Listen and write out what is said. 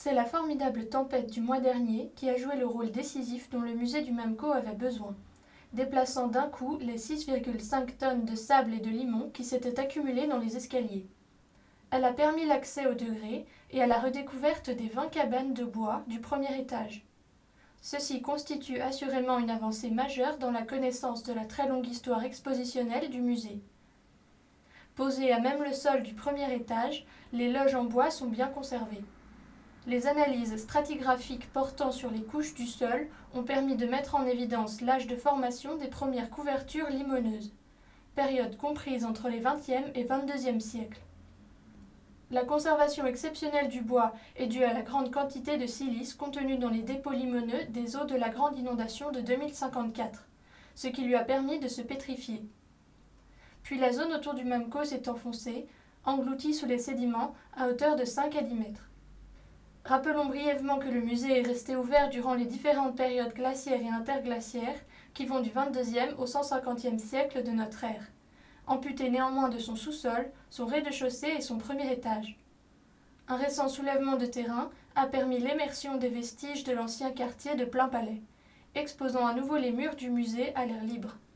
C'est la formidable tempête du mois dernier qui a joué le rôle décisif dont le musée du Mamco avait besoin, déplaçant d'un coup les 6,5 tonnes de sable et de limon qui s'étaient accumulés dans les escaliers. Elle a permis l'accès au degré et à la redécouverte des 20 cabanes de bois du premier étage. Ceci constitue assurément une avancée majeure dans la connaissance de la très longue histoire expositionnelle du musée. Posées à même le sol du premier étage, les loges en bois sont bien conservées. Les analyses stratigraphiques portant sur les couches du sol ont permis de mettre en évidence l'âge de formation des premières couvertures limoneuses, période comprise entre les XXe et XXIIe siècles. La conservation exceptionnelle du bois est due à la grande quantité de silice contenue dans les dépôts limoneux des eaux de la grande inondation de 2054, ce qui lui a permis de se pétrifier. Puis la zone autour du Mamco s'est enfoncée, engloutie sous les sédiments à hauteur de 5 à 10 mètres. Rappelons brièvement que le musée est resté ouvert durant les différentes périodes glaciaires et interglaciaires qui vont du XXIe au 150e siècle de notre ère, amputé néanmoins de son sous-sol, son rez-de-chaussée et son premier étage. Un récent soulèvement de terrain a permis l'émersion des vestiges de l'ancien quartier de Plainpalais, exposant à nouveau les murs du musée à l'air libre.